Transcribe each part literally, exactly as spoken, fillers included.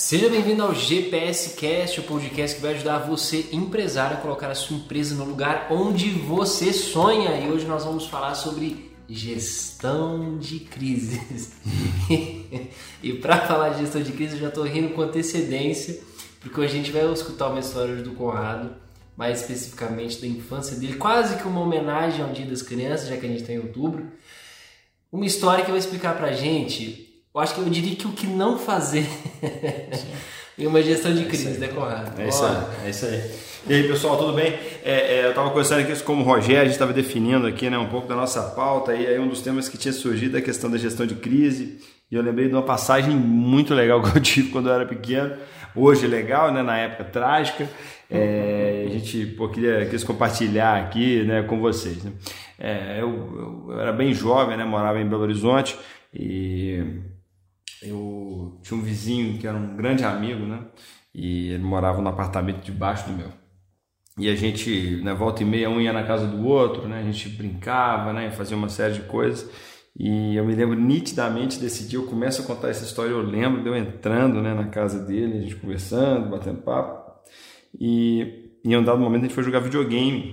Seja bem-vindo ao G P S Cast, o podcast que vai ajudar você, empresário, a colocar a sua empresa no lugar onde você sonha. E hoje nós vamos falar sobre gestão de crises. E para falar de gestão de crise, eu já estou rindo com antecedência, porque hoje a gente vai escutar uma história do Conrado, mais especificamente da infância dele, quase que uma homenagem ao Dia das Crianças, já que a gente está em outubro. Uma história que vai explicar pra gente, eu acho que eu diria que o que não fazer em uma gestão de crise, é né, Conrado? É isso aí, é isso aí. E aí, pessoal, tudo bem? É, é, eu estava conversando aqui com o Rogério, a gente estava definindo aqui, né, um pouco da nossa pauta, e aí um dos temas que tinha surgido é a questão da gestão de crise, e eu lembrei de uma passagem muito legal que eu tive quando eu era pequeno, hoje legal, né, na época trágica, é, a gente pô, queria quis compartilhar aqui, né, com vocês. Né? É, eu, eu era bem jovem, né, morava em Belo Horizonte, e eu tinha um vizinho que era um grande amigo, né? E ele morava no apartamento debaixo do meu. E a gente, né, volta e meia, um ia na casa do outro, né? A gente brincava, né? Fazia uma série de coisas. E eu me lembro nitidamente desse dia, eu começo a contar essa história, eu lembro de eu entrando, né, na casa dele, a gente conversando, batendo papo. E em um dado momento a gente foi jogar videogame.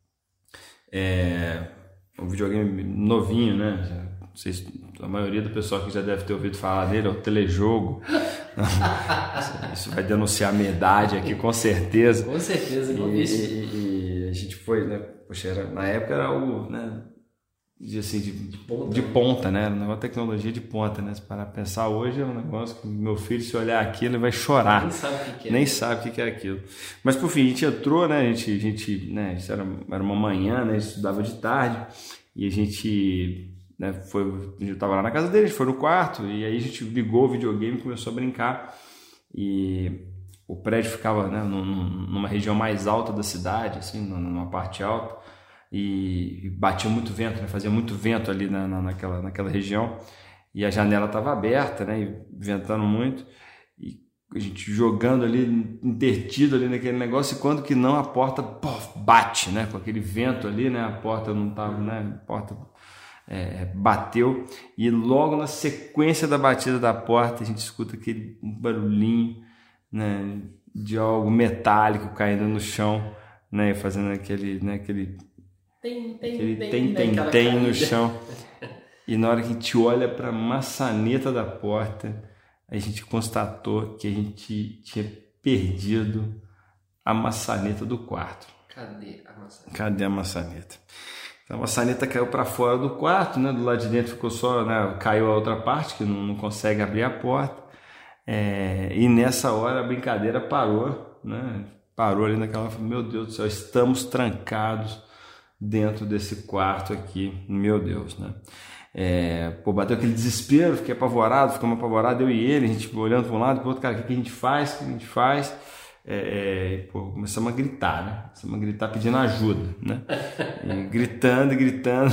É, um videogame novinho, né? Não sei se a maioria do pessoal que já deve ter ouvido falar dele é o telejogo. Isso vai denunciar a minha idade aqui, com certeza. Com certeza, e, e, e a gente foi, né? Poxa, era, na época era o, né? De, assim, de, de, ponta, de ponta, né? Era uma tecnologia de ponta, né? Se parar pra pensar hoje é um negócio que meu filho, se olhar aquilo, ele vai chorar. Nem sabe o que, que é. Nem sabe o que é aquilo. Mas por fim, a gente entrou, né? A gente, a gente, né? Isso era, era uma manhã, né? A gente estudava de tarde e a gente. Né, foi, a gente estava lá na casa dele, a gente foi no quarto e aí a gente ligou o videogame e começou a brincar e o prédio ficava, né, num, numa região mais alta da cidade, assim, numa parte alta e, e batia muito vento, né, fazia muito vento ali na, na, naquela, naquela região e a janela estava aberta, né, e ventando muito e a gente jogando ali, intertido ali naquele negócio e quando que não a porta pof, bate, né, com aquele vento ali, né, a porta não estava, né, a porta É, bateu e logo na sequência da batida da porta a gente escuta aquele barulhinho, né, de algo metálico caindo no chão, né, fazendo aquele, né, aquele tem, tem, aquele tem, tem, tem, tem, tem no chão. E na hora que a gente olha para a maçaneta da porta, a gente constatou que a gente tinha perdido a maçaneta do quarto. Cadê a maçaneta? Cadê a maçaneta? Então a maçaneta caiu para fora do quarto, né? Do lado de dentro ficou só, né? Caiu a outra parte que não, não consegue abrir a porta. É, e nessa hora a brincadeira parou, né? Parou ali naquela, meu Deus do céu, estamos trancados dentro desse quarto aqui, meu Deus, né? É, pô, bateu aquele desespero, fiquei apavorado, ficamos apavorados, eu e ele, a gente olhando para um lado, para o outro, cara, o que a gente faz, o que a gente faz? É, é, pô, começamos a gritar, né? Começamos a gritar pedindo ajuda, né? E gritando e gritando.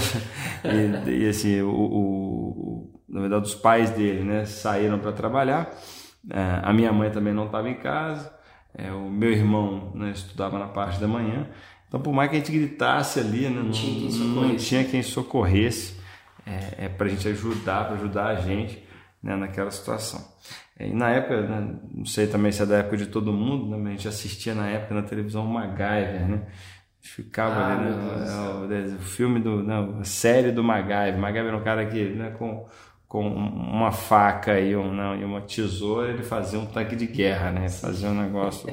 E, e assim, o, o, o, na verdade, os pais dele, né, saíram para trabalhar. É, a minha mãe também não estava em casa. É, o meu irmão, né, estudava na parte da manhã. Então, por mais que a gente gritasse ali, né, não, tinha quem socorresse, não tinha quem socorresse é, é, para a gente ajudar, para ajudar a gente, né, naquela situação. E na época, né, não sei também se é da época de todo mundo, né, mas a gente assistia na época na televisão MacGyver, né? A gente ficava ah, ali, né, o, o filme, do, não, a série do MacGyver. MacGyver era um cara que, né, com, com uma faca e, um, não, e uma tesoura, ele fazia um tanque de guerra, né? Fazia um negócio...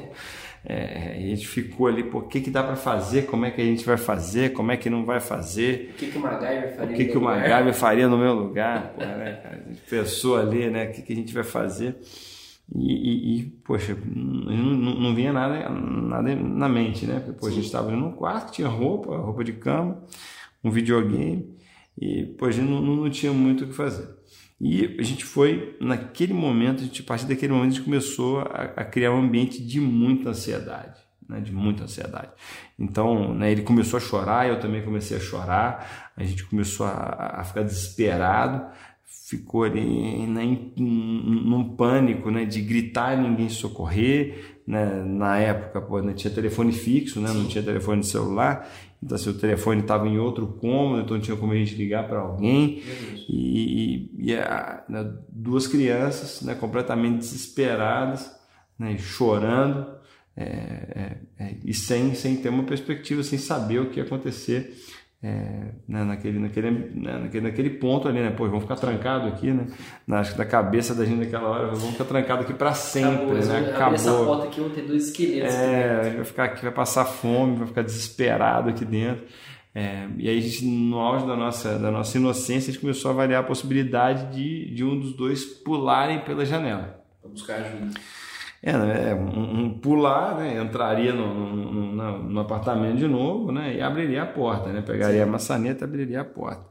É, e a gente ficou ali, pô, o que que dá para fazer, como é que a gente vai fazer, como é que não vai fazer, o que que o MacGyver faria, o que que o MacGyver faria no meu lugar, pô, né, cara? A gente pensou ali, né, o que que a gente vai fazer e, e, e poxa, não, não, não vinha nada, nada na mente, né, porque pô, a gente estava ali no quarto, tinha roupa, roupa de cama, um videogame e pô, a gente não, não tinha muito o que fazer. E a gente foi, naquele momento, a, gente, a partir daquele momento a gente começou a, a criar um ambiente de muita ansiedade, né? De muita ansiedade. Então, né, ele começou a chorar, eu também comecei a chorar, a gente começou a, a ficar desesperado, ficou ali, né, em, num pânico, né, de gritar e ninguém socorrer, né? Na época pô, não tinha telefone fixo, né? Não tinha telefone de celular, então se o telefone estava em outro cômodo, então não tinha como a gente ligar para alguém e, e, e a, né, duas crianças, né, completamente desesperadas né, chorando, é, é, é, e sem, sem ter uma perspectiva, sem saber o que ia acontecer é, né, naquele, naquele, né, naquele, naquele ponto ali, né? Pô, vamos ficar trancados aqui, né? Na, acho que da cabeça da gente naquela hora, vamos ficar trancados aqui para sempre, acabou, né? Acabou. Essa porta aqui vão ter dois esqueletos. É, a gente vai ficar aqui, vai passar fome, vai ficar desesperado aqui dentro. É, e aí a gente, no auge da nossa, da nossa inocência, a gente começou a avaliar a possibilidade de, de um dos dois pularem pela janela. Para buscar ajuda. É, é um, um pular, né, entraria no, no, no, no apartamento de novo, né, e abriria a porta, né, pegaria Sim. a maçaneta e abriria a porta.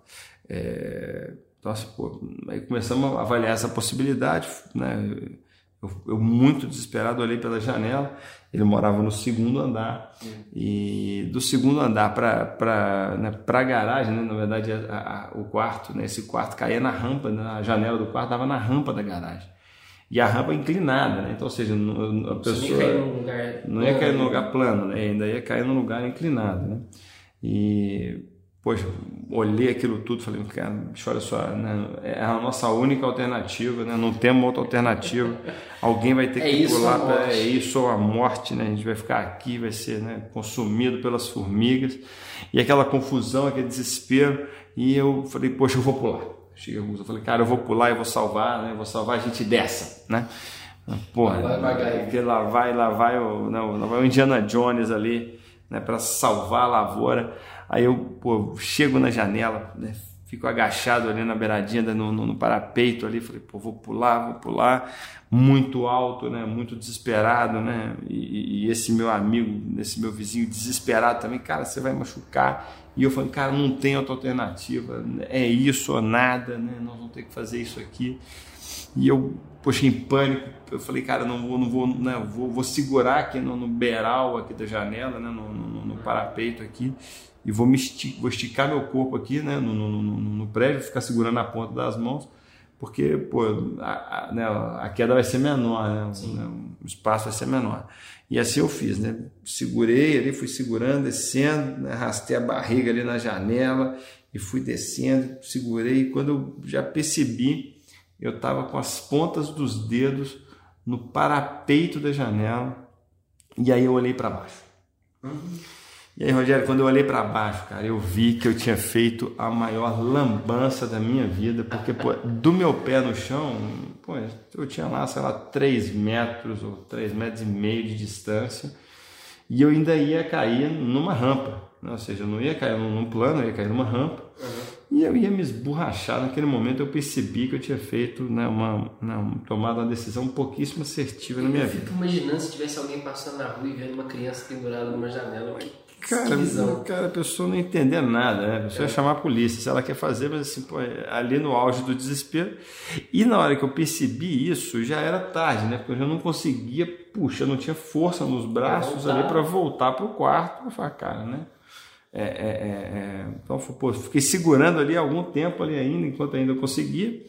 É, então, assim, pô, aí começamos a avaliar essa possibilidade, né, eu, eu muito desesperado olhei pela janela, ele morava no segundo andar, Sim. e do segundo andar para né, a garagem, né, na verdade a, a, o quarto, né, esse quarto caía na rampa, né, a janela do quarto dava na rampa da garagem. E a rampa inclinada, né? Então, ou seja, a pessoa não ia cair num lugar plano, né? Ainda ia cair num lugar inclinado, né? E, poxa, olhei aquilo tudo, falei, cara, olha só, né? É a nossa única alternativa, né? Não temos outra alternativa. Alguém vai ter que é pular para é isso ou a morte, né? A gente vai ficar aqui, vai ser, né, consumido pelas formigas. E aquela confusão, aquele desespero. E eu falei, poxa, eu vou pular. Cheguei eu falei, cara, eu vou pular e vou salvar, né? Vou salvar a gente dessa, né? Porra, vai, vai, vai, porque lá vai, lá vai o, não, lá vai o Indiana Jones ali, né? Para salvar a lavoura. Aí eu, pô, chego na janela, né? Fico agachado ali na beiradinha, no, no, no parapeito ali, falei, pô, vou pular, vou pular, muito alto, né? Muito desesperado, né? E, e esse meu amigo, esse meu vizinho desesperado também, cara, você vai machucar. E eu falei, cara, não tem outra alternativa, é isso ou nada, né? Nós vamos ter que fazer isso aqui. E eu, poxa, em pânico, eu falei, cara, não vou, não vou, né? vou, vou segurar aqui no, no beiral aqui da janela, né? no, no, no parapeito aqui, e vou, me esticar, vou esticar meu corpo aqui, né? no, no, no, no prédio, ficar segurando a ponta das mãos, porque pô, a, a, né? a queda vai ser menor, né? O espaço vai ser menor. E assim eu fiz, né? Segurei ali, fui segurando, descendo, né? Arrastei a barriga ali na janela e fui descendo, segurei. E quando eu já percebi, eu estava com as pontas dos dedos no parapeito da janela. E aí eu olhei para baixo. Uhum. E aí, Rogério, quando eu olhei para baixo, cara, eu vi que eu tinha feito a maior lambança da minha vida, porque pô, do meu pé no chão, pô, eu tinha lá, sei lá, três metros ou três metros e meio de distância, e eu ainda ia cair numa rampa, né? Ou seja, eu não ia cair num plano, eu ia cair numa rampa, uhum. e eu ia me esborrachar. Naquele momento eu percebi que eu tinha feito, né, uma, uma, tomado uma decisão pouquíssimo assertiva na minha vida. Eu fico imaginando se tivesse alguém passando na rua e vendo uma criança pendurada numa janela, Cara, cara, a pessoa não entender nada, né? A pessoa é. ia chamar a polícia, se ela quer fazer, mas assim, pô, ali no auge do desespero. E na hora que eu percebi isso, já era tarde, né? Porque eu já não conseguia, puxa, eu não tinha força nos braços ali para voltar para o quarto, para falar, cara, né? É, é, é, é. Então, pô, fiquei segurando ali algum tempo ali ainda, enquanto ainda eu conseguia.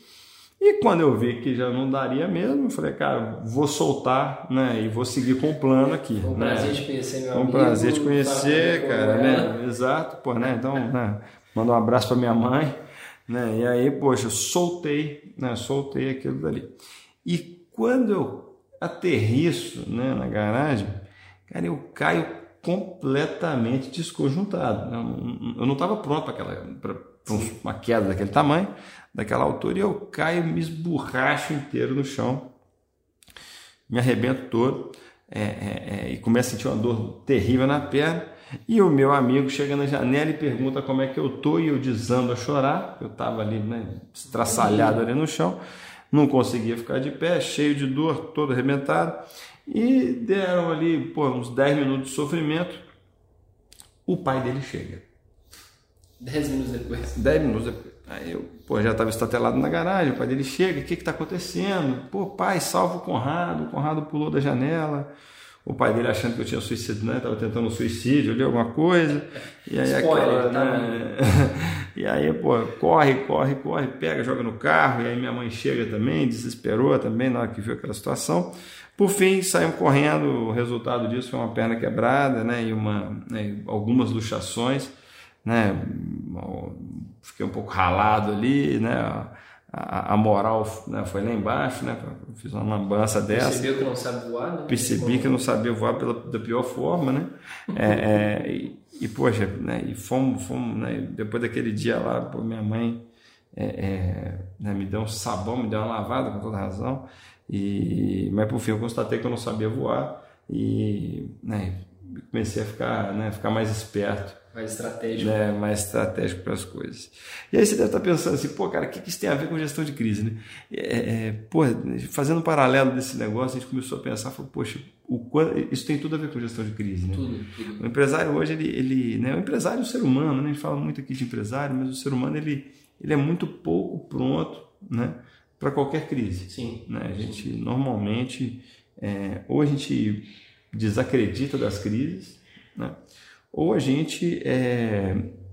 E quando eu vi que já não daria mesmo, eu falei, cara, vou soltar, né? E vou seguir com o plano aqui. Foi um né? prazer te conhecer, meu Foi um amigo. prazer te conhecer, cara, né? Exato, pô, né? Então, né? Manda um abraço para minha mãe, né? E aí, poxa, eu soltei, né? Soltei aquilo dali. E quando eu aterriço, né, na garagem, cara, eu caio completamente desconjuntado. Eu não estava pronto para aquela, para uma queda daquele tamanho, daquela altura, e eu caio, me esborracho inteiro no chão, me arrebento todo, é, é, é, e começo a sentir uma dor terrível na perna. E o meu amigo chega na janela e pergunta como é que eu tô, e eu desando a chorar. Eu estava ali, né, estraçalhado ali no chão, não conseguia ficar de pé, cheio de dor, todo arrebentado. E deram ali, pô, uns dez minutos de sofrimento. O pai dele chega. dez minutos depois. dez minutos depois. Aí eu, pô, já estava estatelado na garagem. O pai dele chega. O que está acontecendo? Pô, pai, salva o Conrado. O Conrado pulou da janela. O pai dele achando que eu tinha suicídio, né? Estava tentando um suicídio ali, alguma coisa. E aí, Spoiler, aquela, tá, né? E aí, pô, corre, corre, corre, pega, joga no carro. E aí minha mãe chega também, desesperou também na hora que viu aquela situação. Por fim, saímos correndo. O resultado disso foi uma perna quebrada, né? E uma, né, algumas luxações, né? Fiquei um pouco ralado ali, né? a, a moral, né, foi lá embaixo, né? Fiz uma lambança dessa. Percebeu que não sabe voar, né? Percebi que eu não sabia voar pela, da pior forma, né? É, é, e, e, poxa, né? E fomos, fomos, né? Depois daquele dia lá, pô, minha mãe é, é, né? me deu um sabão, me deu uma lavada, com toda razão. E, mas por fim eu constatei que eu não sabia voar e, né? comecei a ficar, né? ficar mais esperto. Mais estratégico. Né, mais estratégico para as coisas. E aí você deve estar pensando assim, pô, cara, o que isso tem a ver com gestão de crise, né? É, é, pô, fazendo um paralelo desse negócio, a gente começou a pensar, falou, poxa, o, isso tem tudo a ver com gestão de crise, né? Tudo, tudo. O empresário hoje, ele, ele, né, o empresário é o ser humano, né? A gente fala muito aqui de empresário, mas o ser humano, ele, ele é muito pouco pronto, né, para qualquer crise. Sim. Né? A gente, normalmente, é, ou a gente desacredita das crises, né? Ou a gente é,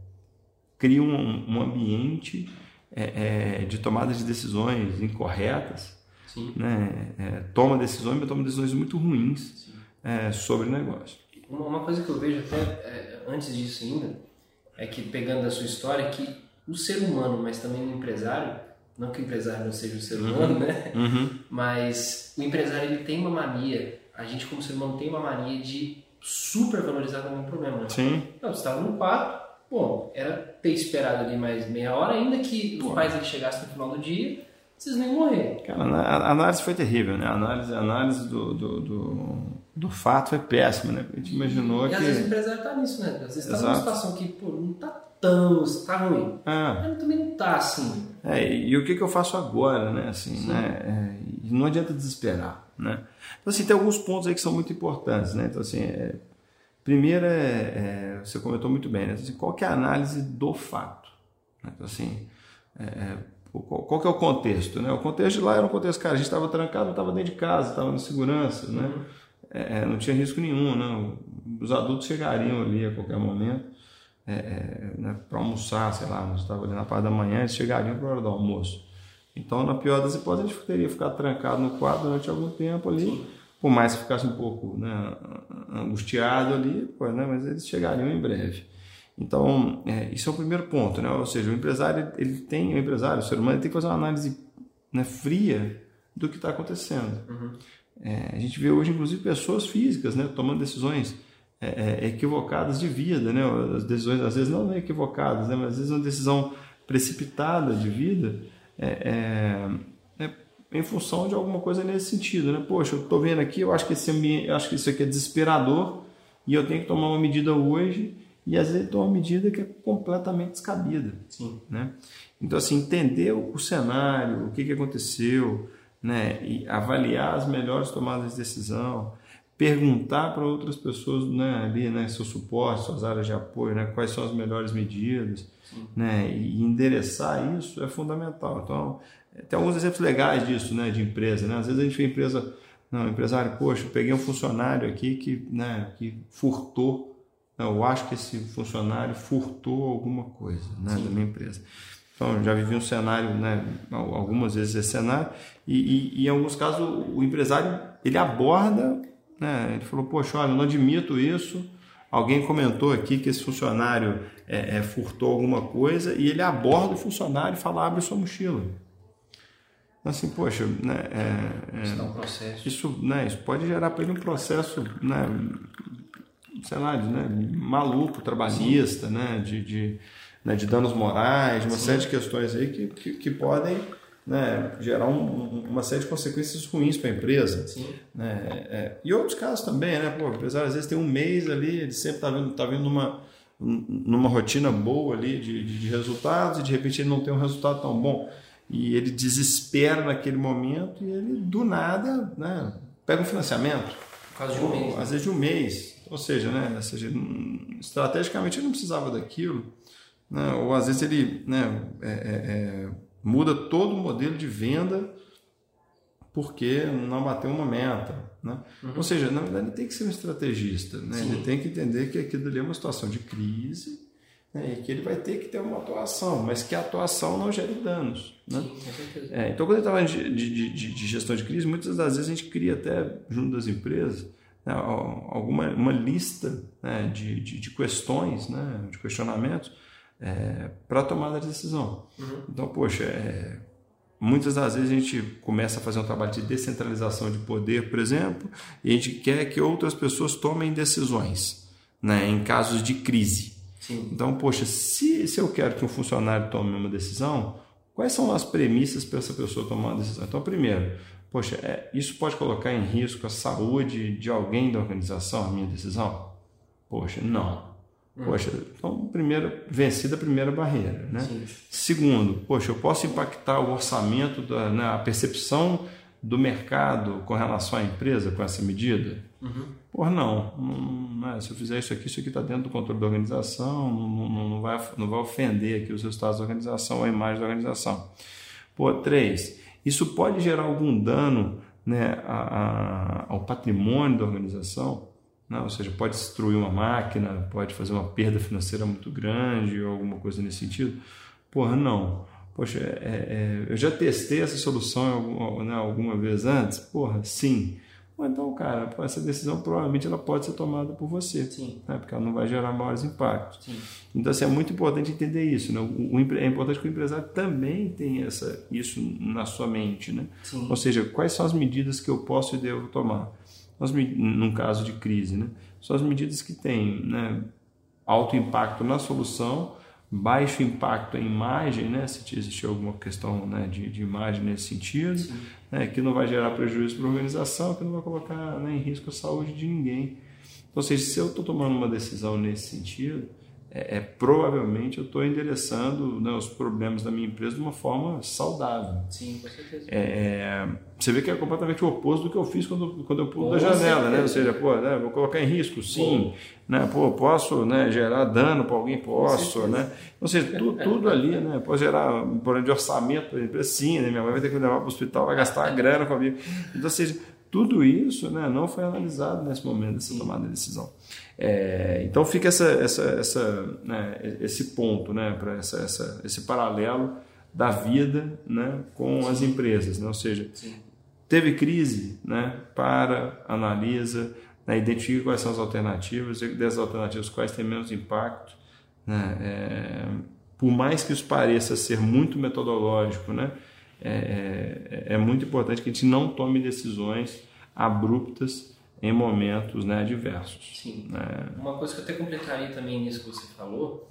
cria um, um ambiente é, é, de tomada de decisões incorretas, né? é, toma decisões, mas toma decisões muito ruins é, sobre o negócio. Uma coisa que eu vejo até é, antes disso ainda, é que pegando a sua história, é que o ser humano, mas também o empresário, não que o empresário não seja o ser humano, uhum. né? Uhum. Mas o empresário, ele tem uma mania, a gente como ser humano tem uma mania de super valorizar também o problema, né? Sim. Então, você estava no quarto, bom, era ter esperado ali mais meia hora, ainda que os pais eles chegassem no final do dia, vocês nem morreram. Cara, a análise foi terrível, né? A análise, a análise do, do, do, do fato foi péssima, né? A gente imaginou e, que... E às vezes o empresário tá nisso, né? Às vezes tá numa situação que, pô, não tá tão... tá ruim. Ah. Mas também não tá assim. É, e o que, que eu faço agora, né? Assim, né? É, não adianta desesperar, né? Então, assim, tem alguns pontos aí que são muito importantes, né? Então, assim, é, primeiro é, é, você comentou muito bem, né? Então, assim, qual que é a análise do fato? Né? Então, assim, é, qual, qual que é o contexto, né? O contexto de lá era um contexto, cara, a gente estava trancado, estava dentro de casa, estava na segurança, né? Uhum. É, não tinha risco nenhum, né? Os adultos chegariam ali a qualquer momento é, é, né? para almoçar, sei lá, nós estávamos ali na parte da manhã, eles chegariam para a hora do almoço. Então, na pior das hipóteses, a gente teria ficado trancado no quarto durante algum tempo ali, sim, por mais que ficasse um pouco, né, angustiado ali, pô, né, mas eles chegariam em breve. Então, é, isso é o primeiro ponto, né? Ou seja, o empresário, ele tem, o empresário, o ser humano, ele tem que fazer uma análise, né, fria do que está acontecendo. Uhum. É, a gente vê hoje, inclusive, pessoas físicas, né, tomando decisões é, é, equivocadas de vida, né? As decisões, às vezes, não equivocadas, né, mas às vezes uma decisão precipitada de vida, é, é, é, em função de alguma coisa nesse sentido, né? Poxa, eu estou vendo aqui, eu acho que esse ambiente, eu acho que isso aqui é desesperador e eu tenho que tomar uma medida hoje, e às vezes toma uma medida que é completamente descabida. Sim. Né? Então, assim, entender o cenário, o que, que aconteceu, né? E avaliar as melhores tomadas de decisão, perguntar para outras pessoas, né, ali, né, seu suporte, suas áreas de apoio, né, quais são as melhores medidas, né, e endereçar isso é fundamental. Então, tem alguns exemplos legais disso, né, de empresa, né? Às vezes a gente vê empresa, não, empresário, poxa, eu peguei um funcionário aqui que, né, que furtou, eu acho que esse funcionário furtou alguma coisa, né, da minha empresa. Então, já vivi um cenário, né, algumas vezes esse cenário, e, e, e em alguns casos o empresário, ele aborda, né, ele falou, poxa, olha, eu não admito isso, alguém comentou aqui que esse funcionário é, é, furtou alguma coisa, e ele aborda o funcionário e fala, abre sua mochila. Então, assim, poxa, né, é, é, isso, é um processo. Isso, né, isso pode gerar para ele um processo, né, sei lá, de, né, maluco, trabalhista, né, de, de, né, de danos morais, de uma Sim. série de questões aí que, que, que podem, né, gerar um, uma série de consequências ruins para a empresa. Sim. Né, é, e outros casos também, né, pô, o empresário às vezes tem um mês ali, ele sempre está vindo, tá vindo numa, numa rotina boa ali de, de, de resultados e de repente ele não tem um resultado tão bom e ele desespera naquele momento e ele do nada, né, pega um financiamento. Por causa de um mês. Às vezes de um mês. Ou seja, né, ou seja, estrategicamente ele não precisava daquilo, né, ou às vezes ele, né, é, é, muda todo o modelo de venda porque não bateu uma meta. Né? Uhum. Ou seja, na verdade ele tem que ser um estrategista, né? Ele tem que entender que aquilo ali é uma situação de crise, né, e que ele vai ter que ter uma atuação, mas que a atuação não gere danos. Né? Sim, com certeza. É, então, quando a gente está falando de, de, de gestão de crise, muitas das vezes a gente cria até junto das empresas, né, alguma uma lista, né, de, de, de questões, né, de questionamentos é, para a tomada de decisão. Uhum. Então, poxa, é, muitas das vezes a gente começa a fazer um trabalho de descentralização de poder, por exemplo, e a gente quer que outras pessoas tomem decisões, né, em casos de crise. Sim. Então, poxa, se, se eu quero que um funcionário tome uma decisão, quais são as premissas para essa pessoa tomar uma decisão? Então, primeiro, poxa, é, isso pode colocar em risco a saúde de alguém da organização, a minha decisão? Poxa, não. Poxa, então, primeiro, vencida a primeira barreira, né? Sim. Segundo, poxa, eu posso impactar o orçamento, da, né, a percepção do mercado com relação à empresa com essa medida? Uhum. Por não, não né? Se eu fizer isso aqui, isso aqui está dentro do controle da organização, não, não, não, vai, não vai ofender aqui os resultados da organização ou a imagem da organização. Por três, isso pode gerar algum dano, né, a, a, ao patrimônio da organização? Não, ou seja, pode destruir uma máquina, pode fazer uma perda financeira muito grande ou alguma coisa nesse sentido? Porra, não. Poxa, é, é, eu já testei essa solução, né, alguma vez antes? Porra, sim. Então, cara, essa decisão provavelmente ela pode ser tomada por você, sim, né, porque ela não vai gerar maiores impactos. Sim. Então, assim, é muito importante entender isso. Né? O, o, é importante que o empresário também tenha essa, isso na sua mente. Né? Sim. Ou seja, quais são as medidas que eu posso e devo tomar? As, num caso de crise, né? São as medidas que têm, né, alto impacto na solução, baixo impacto em imagem, né, se existir alguma questão, né, de, de imagem nesse sentido, né, que não vai gerar prejuízo para a organização, que não vai colocar, né, em risco a saúde de ninguém. Então, ou seja, se eu estou tomando uma decisão nesse sentido, é, é provavelmente eu estou endereçando, né, os problemas da minha empresa de uma forma saudável. Sim, com certeza. É, você vê que é completamente o oposto do que eu fiz quando, quando eu pulo da janela, certeza. Né? Ou seja, pô, né, vou colocar em risco, sim, né? Pô, posso, né, gerar dano para alguém, posso, né? Ou seja, tudo, tudo ali, né? Pode gerar um problema de orçamento para a empresa, sim, né? Minha mãe vai ter que me levar para o hospital, vai gastar a grana comigo. Então, ou seja, tudo isso, né, não foi analisado nesse momento dessa sim. tomada de decisão. É, então fica essa, essa, essa, né, esse ponto, né, para essa, essa, esse paralelo da vida, né, com sim. as empresas, né? Ou seja, sim. teve crise, né, para, analisa, né, identifica quais são as alternativas, e dessas alternativas quais têm menos impacto, né, é, por mais que isso pareça ser muito metodológico, né, é, é, é muito importante que a gente não tome decisões abruptas em momentos, né, adversos. Sim. Né? Uma coisa que eu até completaria também nisso que você falou,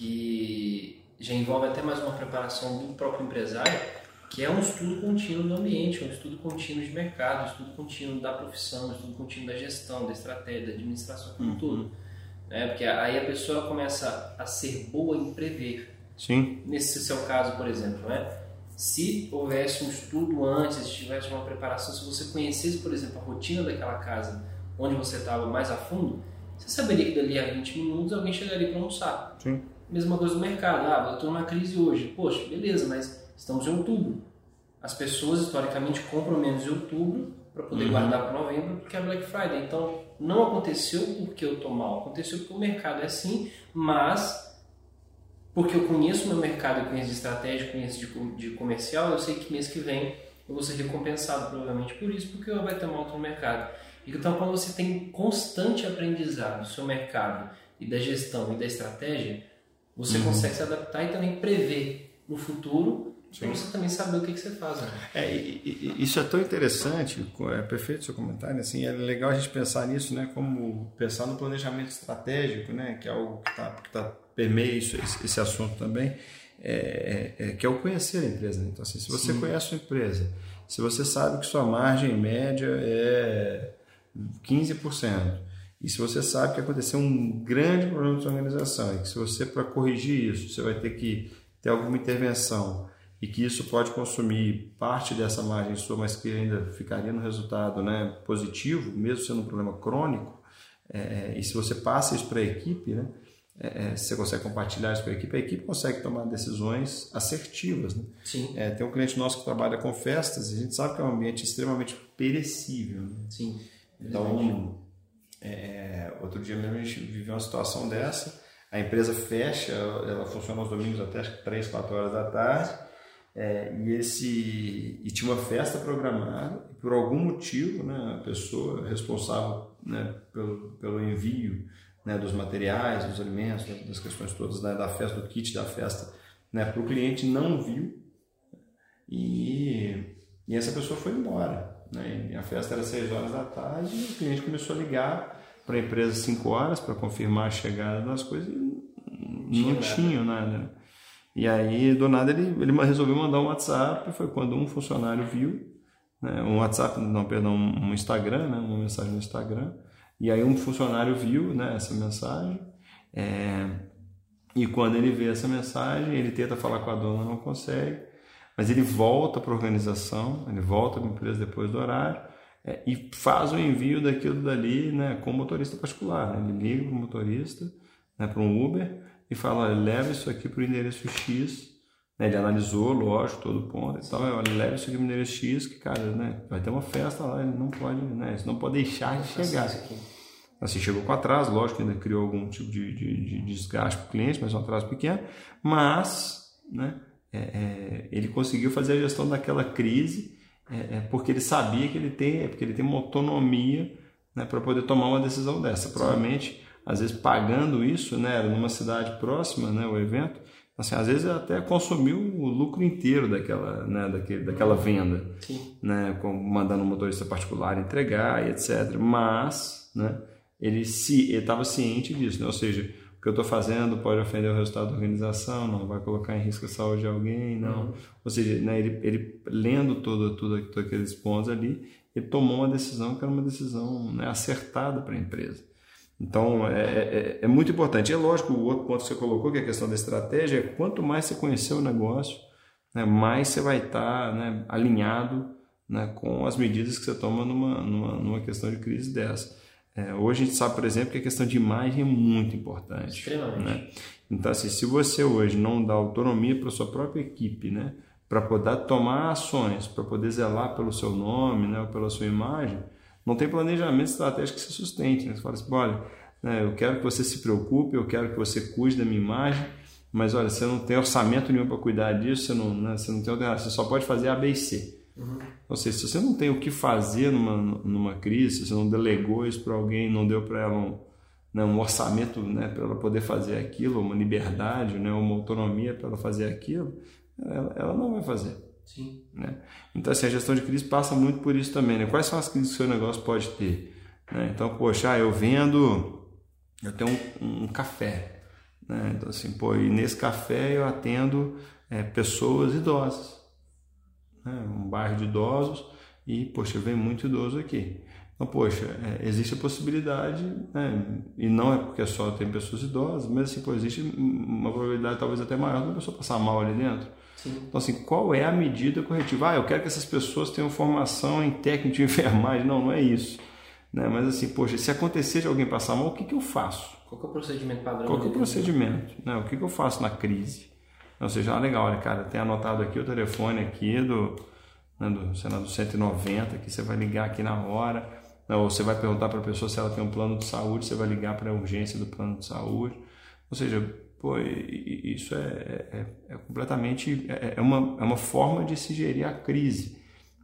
que já envolve até mais uma preparação do próprio empresário, que é um estudo contínuo do ambiente, um estudo contínuo de mercado, um estudo contínuo da profissão, um estudo contínuo da gestão, da estratégia, da administração, como uhum. tudo. Né? Porque aí a pessoa começa a ser boa em prever. Sim. Nesse seu caso, por exemplo, né? Se houvesse um estudo antes, se tivesse uma preparação, se você conhecesse, por exemplo, a rotina daquela casa onde você estava mais a fundo, você saberia que dali a vinte minutos alguém chegaria para almoçar. Sim. Mesma coisa do mercado. Ah, eu estou numa crise hoje. Poxa, beleza, mas estamos em outubro. As pessoas, historicamente, compram menos em outubro para poder uhum. guardar para novembro, porque é Black Friday. Então, não aconteceu porque eu estou mal. Aconteceu porque o mercado é assim, mas porque eu conheço o meu mercado, eu conheço de estratégia, conheço de, de comercial, eu sei que mês que vem eu vou ser recompensado provavelmente por isso, porque vai ter uma alta no mercado. Então, quando você tem constante aprendizado do seu mercado e da gestão e da estratégia, você uhum. consegue se adaptar e também prever no futuro, para você também saber o que, que você faz. Né? É, e, e, isso é tão interessante, é perfeito o seu comentário, assim, é legal a gente pensar nisso, né, como pensar no planejamento estratégico, né, que é algo que está que tá, permeia isso, esse, esse assunto também, é, é, que é o conhecer a empresa. Né? Então, assim, se você Sim. conhece a empresa, se você sabe que sua margem média é quinze por cento, e se você sabe que aconteceu um grande problema na sua organização, e que se você, para corrigir isso, você vai ter que ter alguma intervenção, e que isso pode consumir parte dessa margem sua, mas que ainda ficaria no resultado, né, positivo, mesmo sendo um problema crônico, é, e se você passa isso para a equipe, né, é, você consegue compartilhar isso com a equipe, a equipe consegue tomar decisões assertivas. Né? Sim. É, tem um cliente nosso que trabalha com festas, e a gente sabe que é um ambiente extremamente perecível. Né? Sim. Então, é, outro dia mesmo a gente viveu uma situação dessa, a empresa fecha, ela funciona aos domingos até acho que três, quatro horas da tarde, é, e, esse, e tinha uma festa programada, e por algum motivo, né, a pessoa responsável, né, pelo, pelo envio, né, dos materiais, dos alimentos, das questões todas, né, da festa, do kit da festa, né, para o cliente não viu, e, e essa pessoa foi embora, né? E a festa era seis horas da tarde e o cliente começou a ligar para a empresa cinco horas para confirmar a chegada das coisas e não tinha nada. E aí, do nada, ele, ele resolveu mandar um WhatsApp, foi quando um funcionário viu, né, um WhatsApp, não, perdão, um Instagram, né, uma mensagem no Instagram, e aí um funcionário viu, né, essa mensagem, é, e quando ele vê essa mensagem, ele tenta falar com a dona, não consegue, mas ele volta para a organização, ele volta para a empresa depois do horário, é, e faz o envio daquilo dali, né, com o motorista particular, né, ele liga para o motorista, né, para um Uber, e fala, olha, leva isso aqui para o endereço X, né, ele analisou, lógico, todo o ponto e tal, olha, leva isso aqui para o endereço X, que, cara, né, vai ter uma festa lá, ele não pode, né, você não pode deixar de chegar. Assim, chegou com atraso, lógico que ainda criou algum tipo de, de, de desgaste para o cliente, mas um atraso pequeno, mas, né, é, é, ele conseguiu fazer a gestão daquela crise, é, é, porque ele sabia que ele tem, é porque ele tem uma autonomia, né, para poder tomar uma decisão dessa. Sim. Provavelmente, às vezes pagando isso, né, numa cidade próxima, né, o evento, assim, às vezes até consumiu o lucro inteiro daquela, né, daquele, daquela venda, Sim. né, mandando um motorista particular entregar e etcétera. Mas, né, ele se estava ciente disso, né, ou seja, o que eu estou fazendo pode ofender o resultado da organização, não vai colocar em risco a saúde de alguém, não. Uhum. Ou seja, né, ele, ele lendo todo, tudo, todos aqueles pontos ali, ele tomou uma decisão que era uma decisão, né, acertada para a empresa. Então, é, é, é muito importante. É lógico, o outro ponto que você colocou, que é a questão da estratégia, é quanto mais você conhecer o negócio, né, mais você vai estar, né, alinhado, né, com as medidas que você toma numa, numa, numa questão de crise dessa. É, hoje a gente sabe, por exemplo, que a questão de imagem é muito importante. Extremamente. Né? Então, assim, se você hoje não dá autonomia para a sua própria equipe, né, para poder tomar ações, para poder zelar pelo seu nome, né, ou pela sua imagem, não tem planejamento estratégico que se sustente. Né? Você fala assim, olha, né, eu quero que você se preocupe, eu quero que você cuide da minha imagem, mas olha, você não tem orçamento nenhum para cuidar disso, você não, né, você não tem você só pode fazer A, B e C. Uhum. Ou seja, se você não tem o que fazer numa, numa crise, se você não delegou isso para alguém, não deu para ela um, né, um orçamento, né, para ela poder fazer aquilo, uma liberdade, né, uma autonomia para ela fazer aquilo, ela, ela não vai fazer. Sim. Né? Então, assim, a gestão de crise passa muito por isso também. Né? Quais são as crises que o seu negócio pode ter? Né? Então, poxa, ah, eu vendo, eu tenho um, um café. Né? Então, assim, pô, e nesse café eu atendo é, pessoas idosas. Né? Um bairro de idosos e, poxa, vem muito idoso aqui. Então, poxa, é, existe a possibilidade, né? E não é porque só tem pessoas idosas, mas assim, pô, existe uma probabilidade talvez até maior da pessoa passar mal ali dentro. Sim. Então, assim, qual é a medida corretiva? Ah, eu quero que essas pessoas tenham formação em técnico de enfermagem. Não, não é isso. Né? Mas assim, poxa, se acontecer de alguém passar mal, o que, que eu faço? Qual que é o procedimento padrão? Qual que é o procedimento? Né? O que, que eu faço na crise? Ou seja, ah, legal, olha, cara, tem anotado aqui o telefone aqui do, né, do, sei lá, do cento e noventa, que você vai ligar aqui na hora, né? Ou você vai perguntar para a pessoa se ela tem um plano de saúde, você vai ligar para a urgência do plano de saúde. Ou seja, pô, isso é, é, é completamente, é, é, uma, é uma forma de se gerir a crise.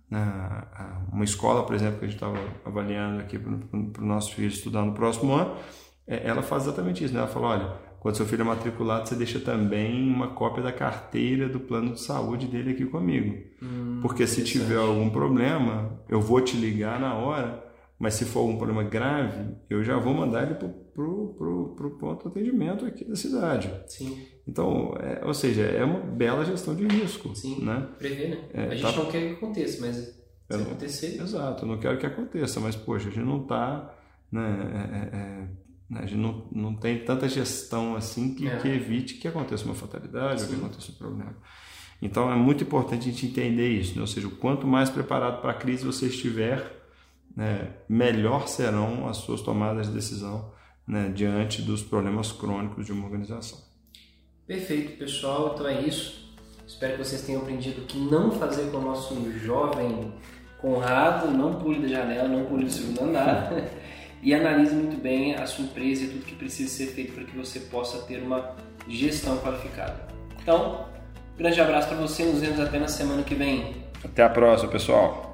Uma escola, por exemplo, que a gente estava avaliando aqui para o nosso filho estudar no próximo ano, ela faz exatamente isso, né? Ela fala, olha, quando seu filho é matriculado, você deixa também uma cópia da carteira do plano de saúde dele aqui comigo. Hum, porque se tiver algum problema, eu vou te ligar na hora, mas se for algum problema grave, eu já vou mandar ele para pro, pro, pro ponto de atendimento aqui da cidade. Sim. Então, é, ou seja, é uma bela gestão de risco. Sim, né? Prever, né? É, a gente tá... não quer que aconteça, mas se eu acontecer... Não, exato, eu não quero que aconteça, mas, poxa, a gente não está... Né, é, é, a gente não, não tem tanta gestão assim que, é. que evite que aconteça uma fatalidade, Sim. ou que aconteça um problema. Então, é muito importante a gente entender isso, né? Ou seja, o quanto mais preparado para a crise você estiver, né, melhor serão as suas tomadas de decisão, né, diante dos problemas crônicos de uma organização. Perfeito, pessoal. Então é isso. Espero que vocês tenham aprendido o que não fazer com o nosso jovem Conrado. Não pule da janela, não pule do segundo andar. E analise muito bem a sua empresa e tudo que precisa ser feito para que você possa ter uma gestão qualificada. Então, grande abraço para você. Nos vemos até na semana que vem. Até a próxima, pessoal.